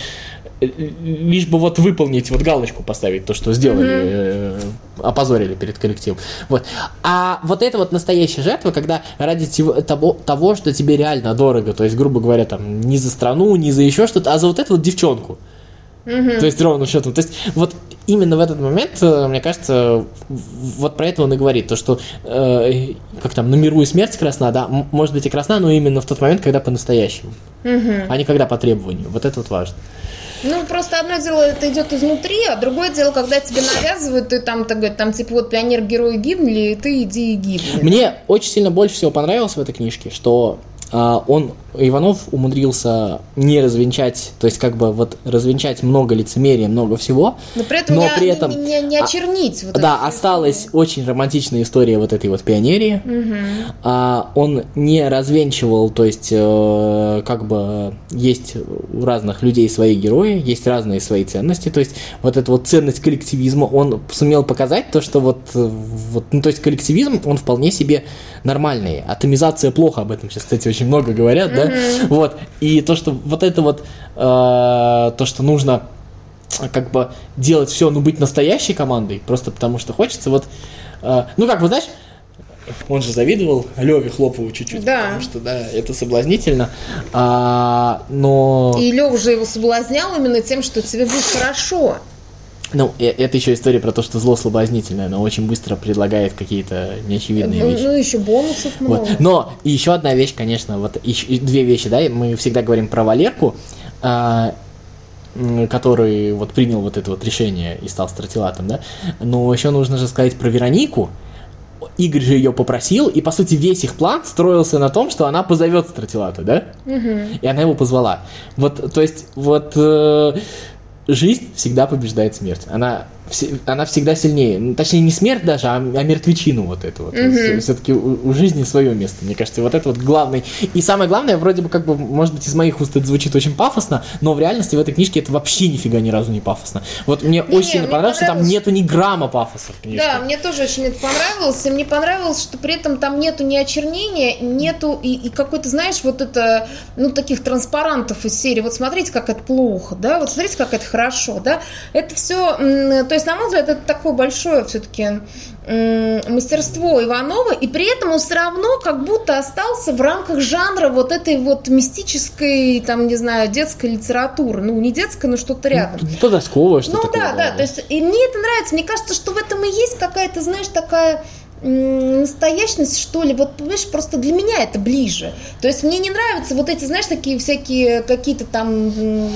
вот выполнить, вот галочку поставить, то, что сделали, опозорили перед коллективом. Вот. А вот это вот настоящая жертва, когда ради того, что тебе реально дорого, то есть, грубо говоря, там, не за страну, не за еще что-то, а за вот эту вот девчонку. То есть, ровным счетом. То есть, вот именно в этот момент, мне кажется, вот про это он и говорит, то, что как там, на миру и смерть красна, да, может быть и красна, но именно в тот момент, когда по-настоящему, а не когда по требованию. Вот это вот важно. Ну, просто одно дело, это идет изнутри, а другое дело, когда тебе навязывают, ты там типа, вот пионер-герои гибли, и ты иди и гибни. Мне очень сильно больше всего понравилось в этой книжке, что Иванов умудрился не развенчать, то есть как бы вот развенчать много лицемерия, много всего, но при этом не очернить. Вот да, осталась очень романтичная история вот этой вот пионерии. Он не развенчивал, то есть как бы есть у разных людей свои герои, есть разные свои ценности, то есть вот эта вот ценность коллективизма он сумел показать, то, что вот ну, то есть коллективизм, он вполне себе нормальный. Атомизация плохо, об этом сейчас, кстати, очень много говорят, да, вот, и то, что вот это вот, то, что нужно как бы делать все, ну, быть настоящей командой, просто потому что хочется, вот, ну, как, вот, знаешь, он же завидовал Леве Хлопову чуть-чуть, да. Потому что, да, это соблазнительно, но... И Лёва же его соблазнял именно тем, что тебе будет хорошо. Ну, это еще история про то, что зло соблазнительное, но очень быстро предлагает какие-то неочевидные вещи. Ну, еще бонусов много. Вот. Но и еще одна вещь, конечно, вот еще две вещи, да, мы всегда говорим про Валерку, который вот принял вот это вот решение и стал стратилатом, да, но еще нужно же сказать про Веронику. Игорь же ее попросил, и, по сути, весь их план строился на том, что она позовет стратилата, да, и она его позвала. Вот, то есть, вот... жизнь всегда побеждает смерть. Она всегда сильнее. Точнее, не смерть даже, а мертвечину вот эту вот. Все-таки у жизни свое место, мне кажется. Вот это вот главный. И самое главное, вроде бы, как бы, может быть, из моих уст это звучит очень пафосно, но в реальности в этой книжке это вообще нифига ни разу не пафосно. Вот мне очень сильно понравилось, что там нету ни грамма пафоса в книжке. Да, мне тоже очень это понравилось. И мне понравилось, что при этом там нету ни очернения, нету и какой-то, знаешь, вот это, ну, таких транспарантов из серии. Вот смотрите, как это плохо, да, вот смотрите, как это хорошо, да. Это все, то есть есть, на мой взгляд, это такое большое все-таки мастерство Иванова, и при этом он все равно как будто остался в рамках жанра вот этой вот мистической, там, не знаю, детской литературы. Ну, не детской, но что-то рядом. Подростковое что-то. Ну, такое, да. То есть, и мне это нравится. Мне кажется, что в этом и есть какая-то, знаешь, такая настоящность, что ли, вот, понимаешь, просто для меня это ближе. То есть мне не нравятся вот эти, знаешь, такие всякие какие-то там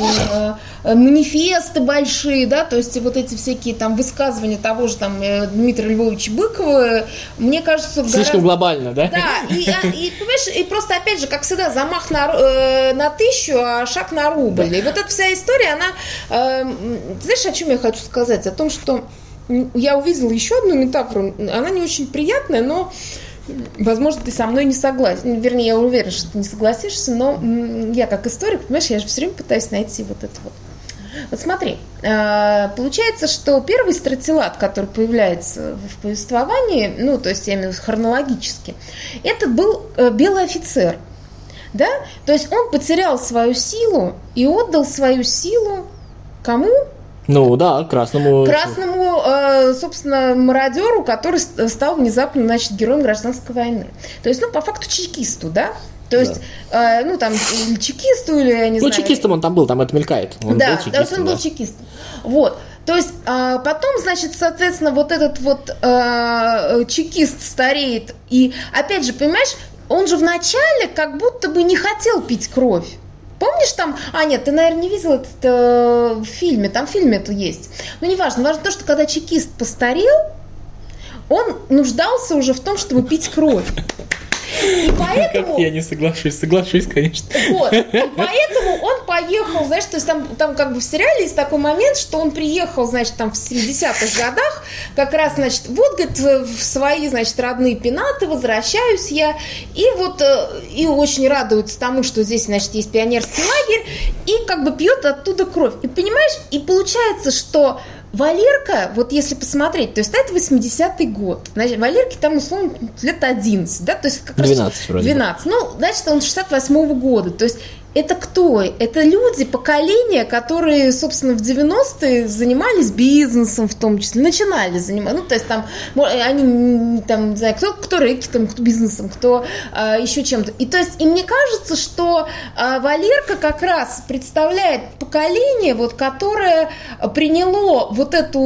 манифесты большие, да, то есть вот эти всякие там высказывания того же там Дмитрия Львовича Быкова, мне кажется, слишком глобально, да? Да, и понимаешь, и просто, опять же, как всегда, замах на 1000, а шаг на рубль. И вот эта вся история, она, знаешь, о чем я хочу сказать? О том, что я увидела еще одну метафору, она не очень приятная, но, возможно, ты со мной не согласен. Вернее, я уверена, что ты не согласишься, но я как историк, понимаешь, я же все время пытаюсь найти вот это вот. Вот смотри, получается, что первый стратилат, который появляется в повествовании, ну, то есть я имею в виду хронологически, это был белый офицер, да? То есть он потерял свою силу и отдал свою силу кому? Ну да, красному, собственно, мародеру, который стал внезапно, значит, героем гражданской войны. То есть, ну, по факту, чекисту, да? То есть, да. Ну, там, или чекисту, или, я не знаю. Ну, чекистом он там был, там это мелькает. Он да, был чекистом, он был чекистом. Вот. То есть, потом, значит, соответственно, вот этот вот чекист стареет. И, опять же, понимаешь, он же вначале как будто бы не хотел пить кровь. Помнишь там... нет, ты, наверное, не видел это в фильме. Там в фильме это есть. Но неважно. Важно то, что когда чекист постарел, он нуждался уже в том, чтобы пить кровь. И поэтому... Как я не соглашусь, конечно. Вот, и поэтому он поехал, знаешь, то есть там как бы в сериале есть такой момент, что он приехал, значит, там в 70-х годах, как раз, значит, вот, говорит, в свои, значит, родные пенаты возвращаюсь я, и вот, и очень радуется тому, что здесь, значит, есть пионерский лагерь, и как бы пьет оттуда кровь. И понимаешь, и получается, что Валерка, вот если посмотреть, то есть это 80-й год, значит, Валерке там, условно, лет 11, да, то есть как 12 раз... вроде 12, ну, значит, он 68-го года, то есть это кто? Это люди, поколения, которые, собственно, в 90-е занимались бизнесом, в том числе, начинали заниматься, ну, то есть там, они, там, не знаю, кто рэкетом, кто бизнесом, кто еще чем-то. И то есть, и мне кажется, что Валерка как раз представляет поколение, вот, которое приняло вот эту,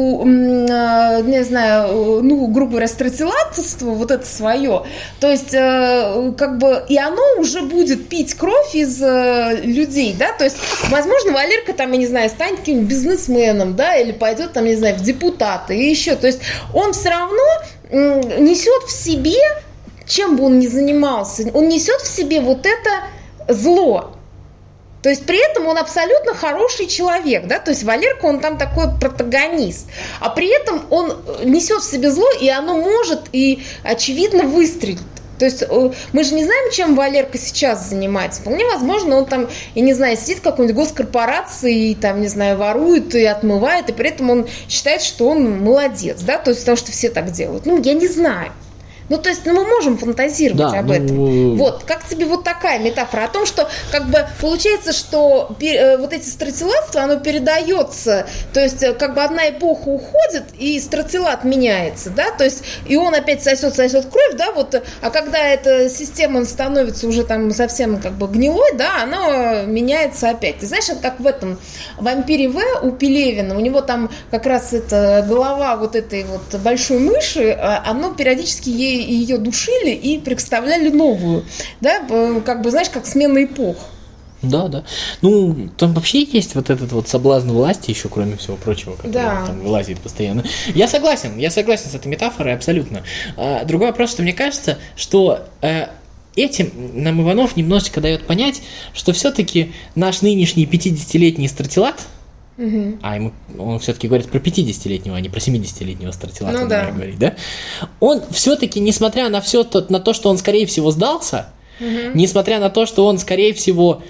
не знаю, ну, грубо говоря, стратилатство, вот это свое, то есть, как бы, и оно уже будет пить кровь из людей, да, то есть, возможно, Валерка там, я не знаю, станет каким-нибудь бизнесменом, да, или пойдет там, не знаю, в депутаты и еще, то есть он все равно несет в себе, чем бы он ни занимался, он несет в себе вот это зло. То есть при этом он абсолютно хороший человек, да, то есть Валерка, он там такой протагонист, а при этом он несет в себе зло, и оно может и, очевидно, выстрелить. То есть мы же не знаем, чем Валерка сейчас занимается. Вполне возможно, он там, я не знаю, сидит в какой-нибудь госкорпорации и там, не знаю, ворует и отмывает, и при этом он считает, что он молодец, да, то есть потому что все так делают. Ну, я не знаю. Ну, то есть, мы можем фантазировать об этом. Вот, как тебе вот такая метафора о том, что, как бы, получается, что вот эти стратилатства, оно передается, то есть, как бы, одна эпоха уходит, и стратилат меняется, да, то есть, и он опять сосет кровь, да, вот, а когда эта система становится уже там совсем, как бы, гнилой, да, она меняется опять. Ты знаешь, это как в этом «Вампире В» у Пелевина, у него там как раз эта голова вот этой вот большой мыши, оно периодически ее душили и представляли новую, да, как бы, знаешь, как смена эпох. Да, да. Ну, там вообще есть вот этот вот соблазн власти, еще кроме всего прочего, который там вылазит постоянно. Я согласен с этой метафорой абсолютно. Другой вопрос, что мне кажется, что этим нам Иванов немножечко дает понять, что все-таки наш нынешний 50-летний стратилат, а он все-таки говорит про 50-летнего, а не про 70-летнего стратилата, говорить, да? Он все-таки, несмотря на все на то, что он, скорее всего, сдался, несмотря на то, что он, скорее всего,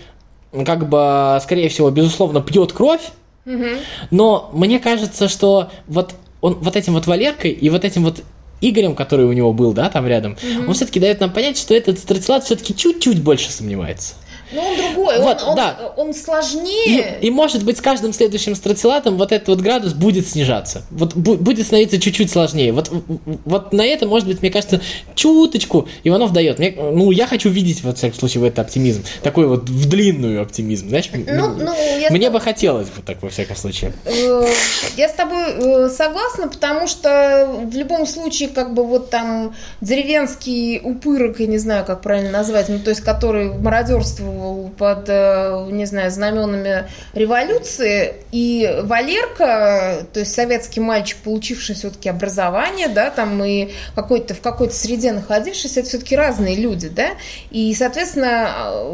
безусловно, пьет кровь, но мне кажется, что вот он вот этим вот Валеркой и вот этим вот Игорем, который у него был, да, там рядом, он все-таки дает нам понять, что этот стратилат все-таки чуть-чуть больше сомневается. Ну, он другой, Вот, он сложнее. И может быть, с каждым следующим стратилатом вот этот вот градус будет снижаться. Вот будет становиться чуть-чуть сложнее. Вот на это, может быть, мне кажется, чуточку Иванов дает. Я хочу видеть, во всяком случае, в это оптимизм. Такой вот в длинную оптимизм, знаешь? Мне бы хотелось бы так, во всяком случае. Я с тобой согласна, потому что в любом случае, как бы вот там деревенский упырок, я не знаю, как правильно назвать, ну, то есть, который мародерствовал под, не знаю, знаменами революции, и Валерка, то есть советский мальчик, получивший все-таки образование, да, там и в какой-то среде находившийся, это все-таки разные люди, да, и, соответственно,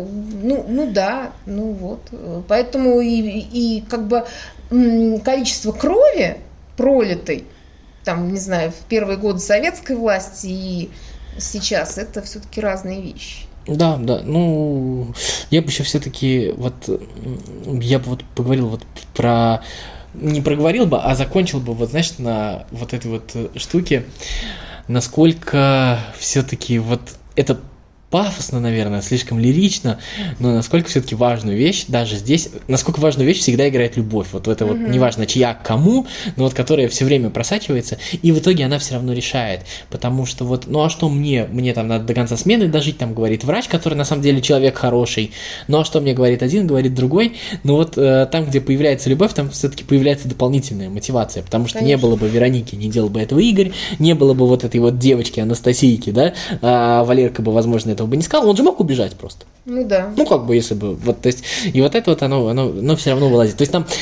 поэтому и как бы количество крови пролитой, там, не знаю, в первые годы советской власти и сейчас, это все-таки разные вещи. Да, я бы еще все-таки я бы поговорил не проговорил бы, а закончил бы, знаешь, на вот этой вот штуке, насколько все-таки это пафосно, наверное, слишком лирично, но насколько все-таки важную вещь, даже здесь, насколько важную вещь всегда играет любовь. Вот это неважно, чья к кому, но которая все время просачивается, и в итоге она все равно решает. Потому что а что мне там надо до конца смены дожить, там говорит врач, который на самом деле человек хороший, а что мне говорит один, говорит другой. Но там, где появляется любовь, там все-таки появляется дополнительная мотивация, потому что не было бы Вероники, не делал бы этого Игорь, не было бы этой девочки Анастасийки, да, а Валерка бы, возможно, этого бы не сказал, он же мог убежать просто. Ну да. Если бы, то есть, и оно все равно вылазит. То есть там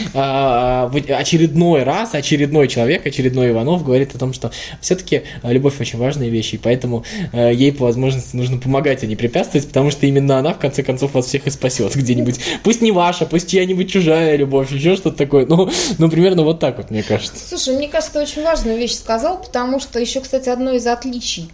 очередной человек, очередной Иванов говорит о том, что все-таки любовь очень важная вещь, и поэтому ей по возможности нужно помогать, а не препятствовать, потому что именно она, в конце концов, вас всех и спасет где-нибудь. Пусть не ваша, пусть чья-нибудь чужая любовь, еще что-то такое, примерно вот так вот, мне кажется. Слушай, мне кажется, ты очень важную вещь сказал, потому что еще, кстати, одно из отличий,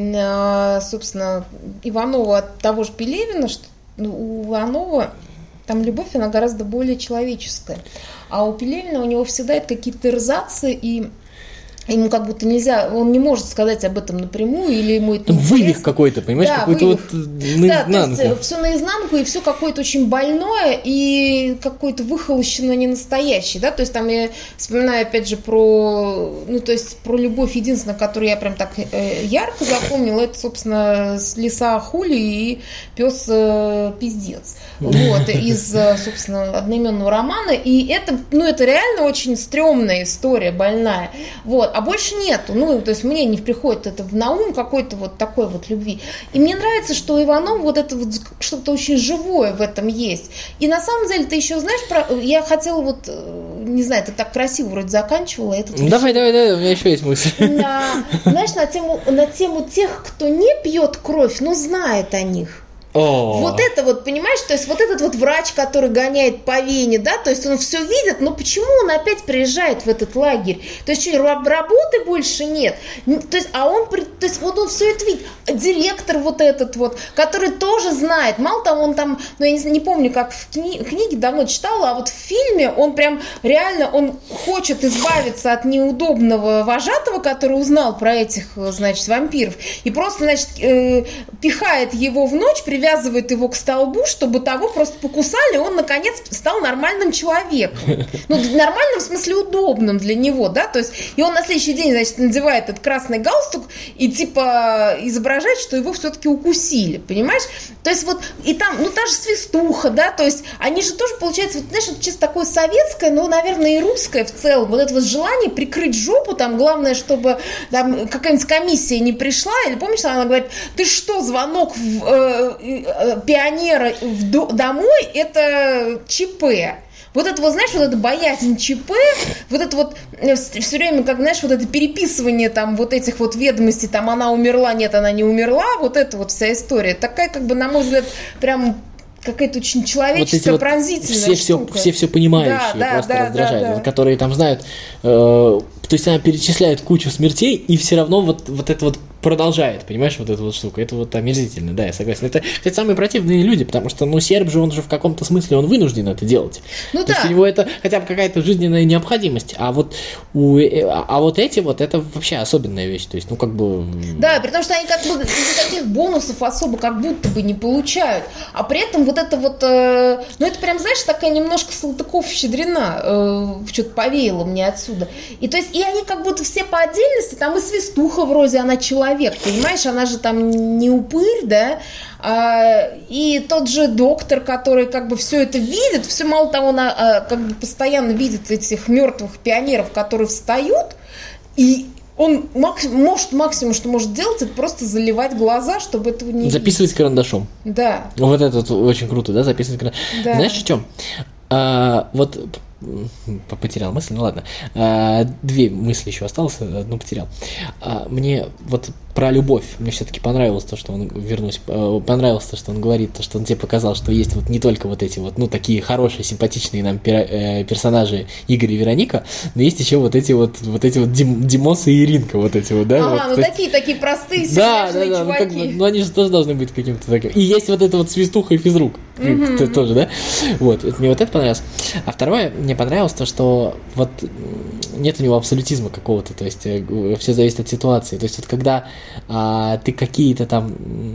собственно, Иванова от того же Пелевина, что у Иванова там любовь, она гораздо более человеческая. А у Пелевина у него всегда это какие-то эрзацы, и ему как будто нельзя, он не может сказать об этом напрямую, или ему это не вывих какой-то, понимаешь, да, какой-то наизнанку. То есть все наизнанку, и все какое-то очень больное, и какое-то выхолощенное, не настоящее, да, то есть там я вспоминаю опять же про любовь, единственное, которую я прям так ярко запомнила, это, собственно, Лиса Хули и Пес Пиздец, из, собственно, одноименного романа, и это реально очень стрёмная история, больная, а больше нету, то есть мне не приходит это на ум какой-то такой любви. И мне нравится, что у Иванова это что-то очень живое в этом есть. И на самом деле, ты еще знаешь, я хотела не знаю, ты так красиво вроде заканчивала. Давай, у меня еще есть мысль. Знаешь, на тему тех, кто не пьет кровь, но знает о них. Вот это понимаешь, то есть этот врач, который гоняет по Вене, да, то есть он все видит, но почему он опять приезжает в этот лагерь? То есть что, работы больше нет? То есть, он все это видит. Директор который тоже знает, мало того, он там, я не помню, как в книге давно читала, а в фильме он прям реально, он хочет избавиться от неудобного вожатого, который узнал про этих, значит, вампиров, и просто, значит, пихает его в ночь, привязывает его к столбу, чтобы того просто покусали, он, наконец, стал нормальным человеком. Нормальным в смысле удобным для него, да, то есть, и он на следующий день, значит, надевает этот красный галстук и, типа, изображает, что его все-таки укусили, понимаешь? То есть, и там, та же свистуха, да, то есть, они же тоже, получается, знаешь, чисто такое советское, но, наверное, и русское в целом, это желание прикрыть жопу, там, главное, чтобы там какая-нибудь комиссия не пришла, или, помнишь, она говорит, ты что, звонок пионера домой, это ЧП. Знаешь, это боязнь ЧП, все время, как, знаешь, это переписывание там этих ведомостей, там она умерла, нет, она не умерла, эта вся история. Такая, как бы, на мой взгляд, прям какая-то очень человеческая, пронзительная штука. Все понимающие раздражают, которые там знают, то есть она перечисляет кучу смертей, и все равно это продолжает, понимаешь, вот эту вот штуку. Это вот омерзительно, да, я согласен. Это, кстати, самые противные люди, потому что, ну, серб же, он же в каком-то смысле, он вынужден это делать. Ну то есть у него это хотя бы какая-то жизненная необходимость, а вот эти вот, это вообще особенная вещь, то есть, ну, как бы... Да, при том, что они как бы никаких бонусов особо как будто бы не получают, а при этом вот это вот, ну, это прям, знаешь, такая немножко Салтыков-Щедрина, что-то повеяло мне отсюда. И то есть, и они как будто все по отдельности, там и Свистуха вроде, она человек, понимаешь, она же там не упырь, да, и тот же доктор, который как бы все это видит, все мало того, она как бы постоянно видит этих мертвых пионеров, которые встают, и он максимум, что может делать, это просто заливать глаза, чтобы этого не записывать видеть. Карандашом. Да. Вот это очень круто, да, записывать карандашом. Да. Знаешь, в чем? Вот потерял мысль, ну ладно. Две мысли еще осталось, одну потерял. Мне вот про любовь, мне все-таки понравилось то, что он, понравилось то, что он говорит, то, что он тебе показал, что есть вот не только вот эти вот, ну, такие хорошие, симпатичные нам персонажи Игорь и Вероника, но есть еще вот эти вот Димос и Иринка, вот эти вот, да? Ага, вот, ну такие простые, симпатичные чуваки. Ну, как бы, ну, они же тоже должны быть каким-то таким. И есть вот это вот Свистуха и Физрук, тоже, да? Вот, мне вот это понравилось. А второе, мне понравилось то, что вот нет у него абсолютизма какого-то, то есть все зависит от ситуации. То есть вот когда ты какие-то там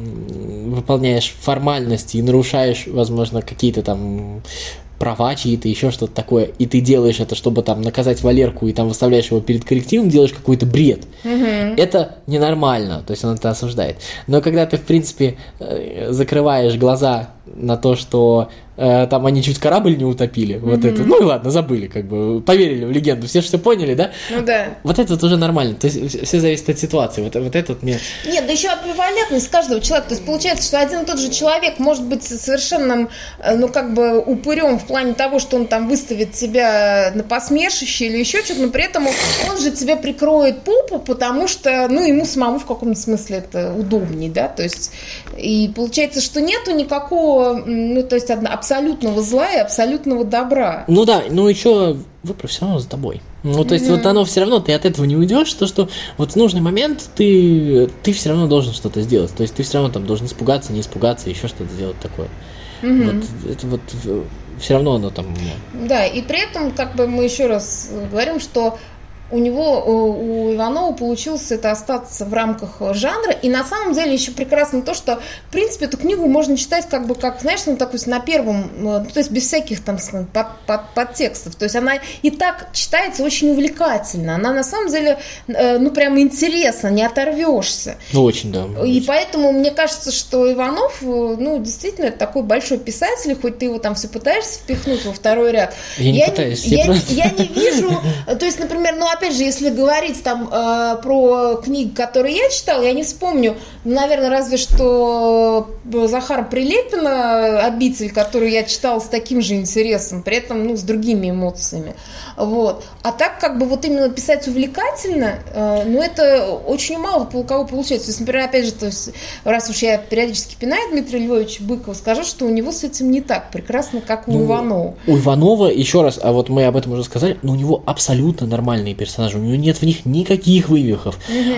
выполняешь формальности и нарушаешь, возможно, какие-то там права чьи-то, еще что-то такое, и ты делаешь это, чтобы там наказать Валерку, и там выставляешь его перед коллективом, делаешь какой-то бред. Это ненормально, то есть он это осуждает. Но когда ты, в принципе, закрываешь глаза на то, что там они чуть корабль не утопили, вот это, ну и ладно, забыли, как бы, поверили в легенду, все же все поняли, да? Ну да. Вот это вот уже нормально, то есть все зависит от ситуации, вот это вот мне... Нет, да еще амбивалентность каждого человека, то есть получается, что один и тот же человек может быть совершенным, ну как бы упырем в плане того, что он там выставит тебя на посмешище или еще что-то, но при этом он же тебе прикроет попу, потому что, ну, ему самому в каком-то смысле это удобнее, да, то есть, и получается, что нету никакого, ну, то есть абсолютного зла и абсолютного добра. Ну да, но еще выбор все равно за тобой. Ну, то есть, вот оно все равно, ты от этого не уйдешь, то, что вот в нужный момент ты все равно должен что-то сделать. То есть ты все равно там должен испугаться, не испугаться, еще что-то сделать такое. Вот это вот все равно оно там. Да, и при этом, как бы мы еще раз говорим, что у Иванова получилось это остаться в рамках жанра, и на самом деле еще прекрасно то, что, в принципе, эту книгу можно читать как бы, как, знаешь, ну, такой, на первом, то есть без всяких там подтекстов, то есть она и так читается очень увлекательно, она на самом деле, ну, прям интересно, не оторвешься. Ну, очень, да. И поэтому мне кажется, что Иванов, ну, действительно, это такой большой писатель, хоть ты его там все пытаешься впихнуть во второй ряд. Я не вижу, то есть, например, ну, опять же, если говорить там про книги, которые я читала, я не вспомню, наверное, разве что Захара Прилепина «Обитель», которую я читала с таким же интересом, при этом, ну, с другими эмоциями. Вот. А так, как бы, вот именно писать увлекательно, ну, это очень мало у кого получается. То есть, например, опять же, то есть, раз уж я периодически пинаю Дмитрия Львовича Быкова, скажу, что у него с этим не так прекрасно, как у Иванова. У Иванова, еще раз, а вот мы об этом уже сказали, но у него абсолютно нормальные персонажи, у него нет в них никаких вывихов.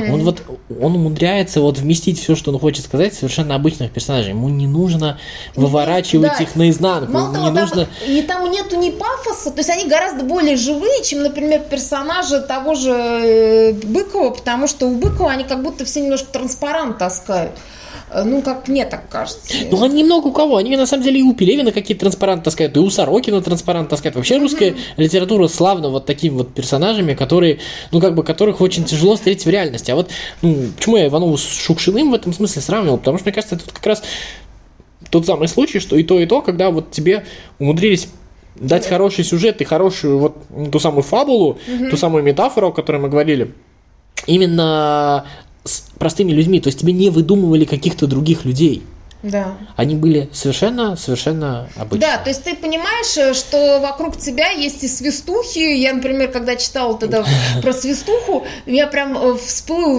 Он умудряется вот вместить все, что он хочет сказать, совершенно обычных персонажей. Ему не нужно выворачивать их наизнанку. Мало того, нужно... там нету ни пафоса, то есть они гораздо более живые, чем, например, персонажи того же Быкова, потому что у Быкова они как будто все немножко транспарант таскают. Ну, как мне так кажется. Ну, они много у кого. Они, на самом деле, и у Пелевина какие-то транспаранты таскают, и у Сорокина транспарант таскают. Вообще русская литература славна вот такими вот персонажами, которые, ну, как бы, которых очень тяжело встретить в реальности. А вот, ну, почему я Иванову с Шукшиным в этом смысле сравнивал? Потому что, мне кажется, это вот как раз тот самый случай, что и то, когда вот тебе умудрились дать хороший сюжет и хорошую вот ту самую фабулу, ту самую метафору, о которой мы говорили, именно с простыми людьми, то есть тебе не выдумывали каких-то других людей. Да. Они были совершенно обычные. Да, то есть ты понимаешь, что вокруг тебя есть и свистухи. Я, например, когда читала тогда про свистуху, я прям всплыл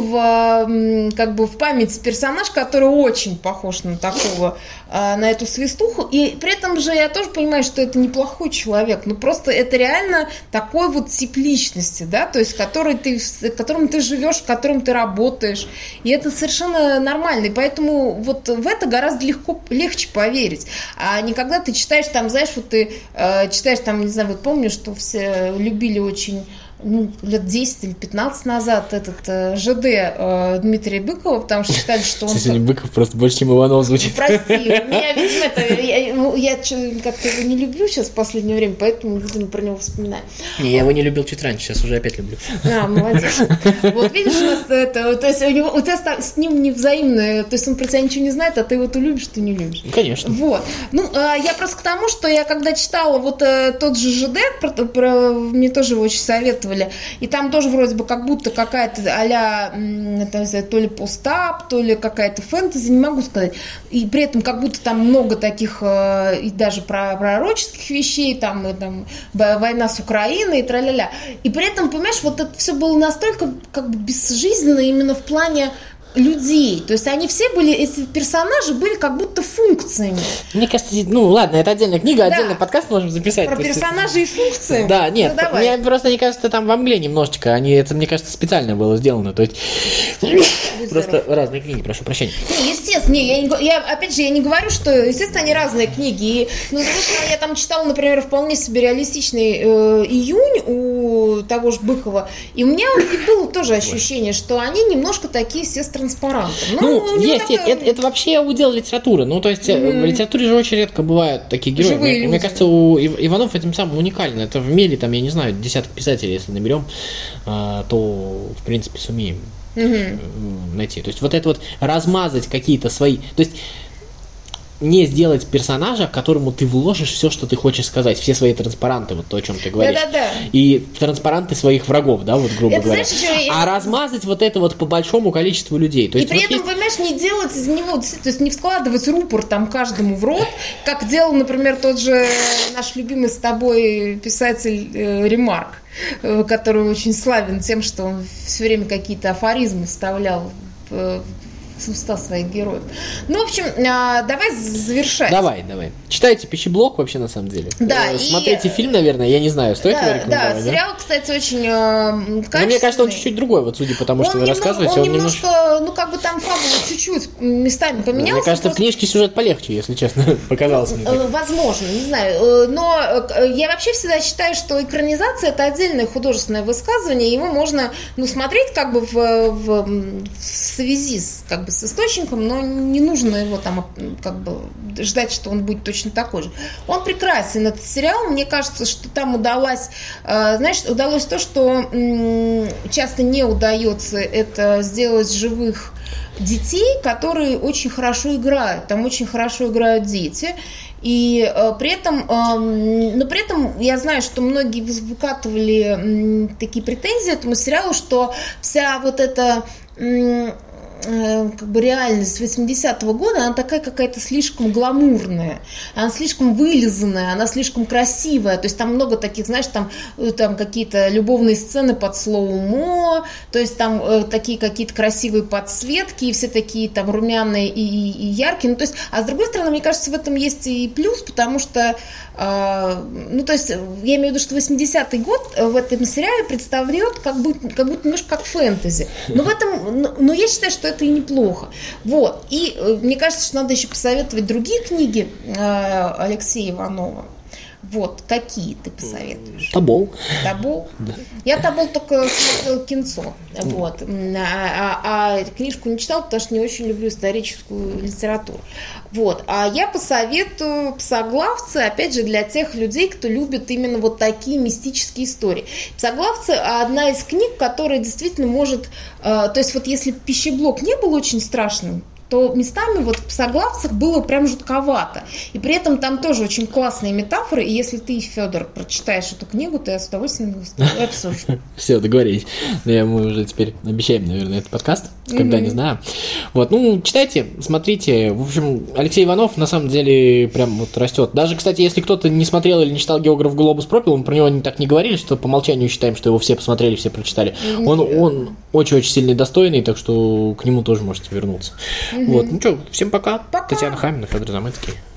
в память персонаж, который очень похож на такого, на эту свистуху. И при этом же я тоже понимаю, что это неплохой человек. Ну просто это реально такой вот тип личности, да, то есть которым ты живешь, в котором ты работаешь. И это совершенно нормально. И поэтому вот в это гораздо легче поверить. А не когда ты читаешь там, знаешь, вот ты читаешь там, не знаю, вот помню, что все любили очень, лет 10 или 15 назад этот ЖД Дмитрия Быкова, потому что считали, что он... Сегодня Быков просто больше, чем Иванов звучит. Прости, меня, видимо, я как-то его не люблю сейчас в последнее время, поэтому, видимо, про него вспоминаю. Я его не любил чуть раньше, сейчас уже опять люблю. Молодец. Вот видишь, у нас это, то есть у тебя с ним невзаимное, то есть он про тебя ничего не знает, а ты его то любишь, то не любишь. Конечно. Вот. Я просто к тому, что я когда читала вот тот же ЖД, мне тоже его очень советовали, и там тоже вроде бы как будто какая-то а-ля, то ли постап, то ли какая-то фэнтези, не могу сказать. И при этом как будто там много таких и даже пророческих вещей, там война с Украиной и тра-ля-ля. И при этом, понимаешь, вот это все было настолько как бы безжизненно именно в плане людей. То есть они все были, эти персонажи были как будто функциями. Мне кажется, ладно, это отдельная книга, отдельный подкаст можем записать. Про персонажей и функции? Да, нет, мне просто не кажется, там во мгле немножечко, это, мне кажется, специально было сделано. То есть просто разные книги, прошу прощения. Естественно, я опять же, я не говорю, что, естественно, они разные книги. Но, с другой стороны, я там читала, например, вполне себе реалистичный «Июнь» у того же Быкова, и у меня было тоже ощущение, что они немножко такие все с транспарантом. Есть, это вообще удел литературы. То есть в литературе же очень редко бывают такие герои. Мне кажется, у Иванов этим самым уникально. Это в мире, там, я не знаю, десяток писателей, если наберем, то, в принципе, сумеем найти. То есть вот это вот размазать какие-то свои... То есть не сделать персонажа, которому ты вложишь все, что ты хочешь сказать, все свои транспаранты, вот то, о чем ты говоришь. Да. И транспаранты своих врагов, да, вот грубо говоря. Знаешь, размазать вот это вот по большому количеству людей. То есть, и при этом, понимаешь, не делать из него, то есть не вкладывать рупор там каждому в рот, как делал, например, тот же наш любимый с тобой писатель Ремарк, который очень славен тем, что он все время какие-то афоризмы вставлял в уста своих героев. В общем, давай завершать. Давай. Читайте «Пищеблок» вообще, на самом деле. Да, смотрите фильм, наверное, я не знаю, стоит его рекомендовать. Да, сериал, кстати, очень качественный. Но мне кажется, он чуть-чуть другой, вот судя по тому, что вы рассказываете. Он немножко, там фабула чуть-чуть местами поменялся. Мне кажется, в книжке сюжет полегче, если честно, показалось мне. Возможно, не знаю. Но я вообще всегда считаю, что экранизация – это отдельное художественное высказывание, его можно смотреть как бы в связи с источником, но не нужно его там как бы ждать, что он будет точно такой же. Он прекрасен, этот сериал. Мне кажется, что там удалось то, что часто не удается это сделать живых детей, которые очень хорошо играют. Там очень хорошо играют дети. И при этом я знаю, что многие выкатывали такие претензии этому сериалу, что вся вот эта как бы реальность 80-го года, она такая какая-то слишком гламурная, она слишком вылизанная, она слишком красивая, то есть там много таких, знаешь, там какие-то любовные сцены под слоумо, то есть там такие какие-то красивые подсветки, и все такие там румяные и яркие, то есть, а с другой стороны, мне кажется, в этом есть и плюс, потому что, то есть, я имею в виду, что 80-й год в этом сериале представляет как будто немножко как фэнтези, но я считаю, что это и неплохо. Вот. И мне кажется, что надо еще посоветовать другие книги Алексея Иванова. Вот, какие ты посоветуешь? Тобол. Тобол? Да. Я Тобол только смотрела кинцо. Вот. А книжку не читала, потому что не очень люблю историческую литературу. Вот. А я посоветую «Псоглавцы», опять же, для тех людей, кто любит именно вот такие мистические истории. «Псоглавцы» – одна из книг, которая действительно может... То есть вот если «Пищеблок» не был очень страшным, то местами вот в «Псоглавцах» было прям жутковато. И при этом там тоже очень классные метафоры, и если ты, Федор, прочитаешь эту книгу, то я с удовольствием ее обсужу. Все, договорились. Мы уже теперь обещаем, наверное, этот подкаст, когда не знаю. Вот, ну, читайте, смотрите. В общем, Алексей Иванов на самом деле прям вот растет. Даже, кстати, если кто-то не смотрел или не читал «Географ Глобус пропил», мы про него так не говорили, что по умолчанию считаем, что его все посмотрели, все прочитали. Он очень-очень сильный и достойный, так что к нему тоже можете вернуться. Вот, ну что, всем пока. Татьяна Хамина, Федор Замыцкий.